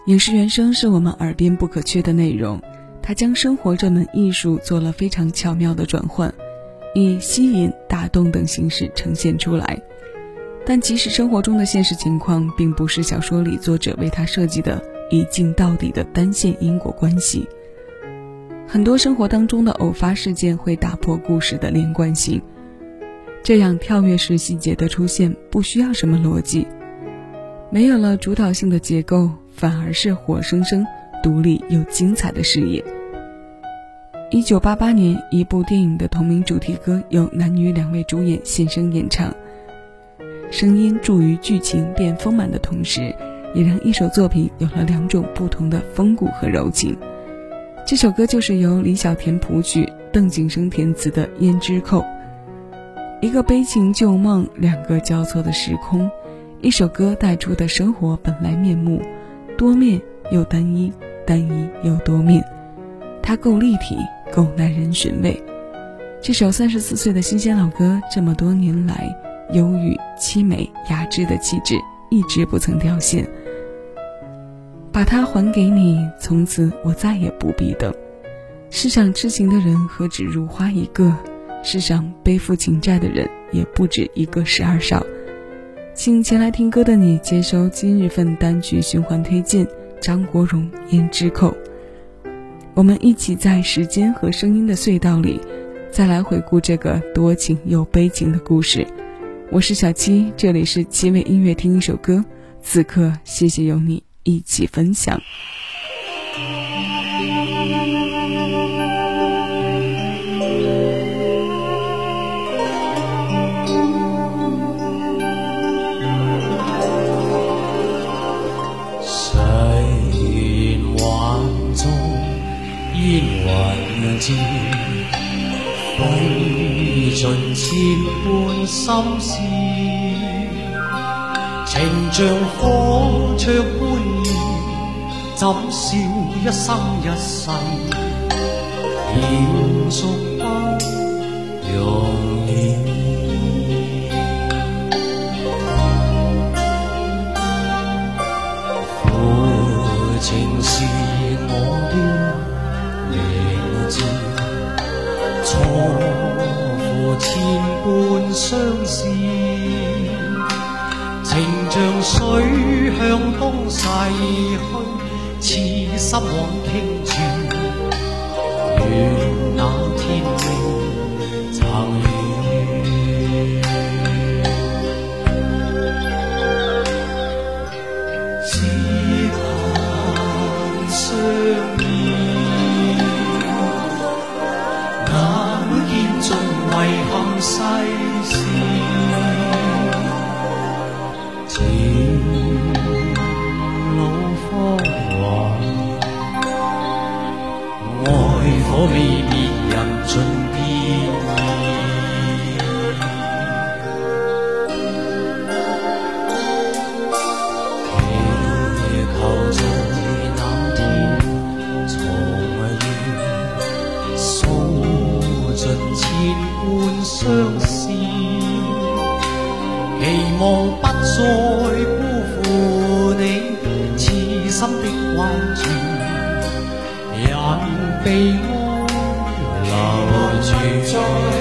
影视原声是我们耳边不可缺的内容，它将生活这门艺术做了非常巧妙的转换，以吸引、打动等形式呈现出来。但即使生活中的现实情况并不是小说里作者为他设计的一镜到底的单线因果关系，很多生活当中的偶发事件会打破故事的连贯性，这样跳跃式细节的出现不需要什么逻辑，没有了主导性的结构，反而是活生生独立又精彩的事业。1988年一部电影的同名主题歌由男女2位主演现身演唱，声音助于剧情变丰满的同时，也让一首作品有了2种不同的风骨和柔情。这首歌就是由李小田谱曲，邓景生填词的《胭脂扣》。一个悲情旧梦，2个交错的时空，一首歌带出的生活本来面目，多面又单一，单一又多面，它够立体，够耐人寻味。这首34岁的新鲜老歌，这么多年来忧郁、凄美、雅致的气质一直不曾掉线。把它还给你，从此我再也不必等。世上痴情的人何止如花一个，世上背负情债的人也不止一个12少。请前来听歌的你接收今日份单曲循环推荐，张国荣《胭脂扣》。我们一起在时间和声音的隧道里，再来回顾这个多情又悲情的故事。我是小七，这里是七味音乐听一首歌，此刻谢谢有你一起分享。 谁幻中煙雲漸揮盡千般心事，情像火灼般熱，怎笑一生一世，延續不容易。負情是我的名字，錯付千般相思，情像水向東逝去，痴心枉傾注，願那天命曾遇。只恨相依，那每見盡遺憾世事，似老芳華，愛火未滅，人盡變異。祈求在那天重遇，訴盡千般相思，期望不再辜負你痴心的關注，人被愛留住。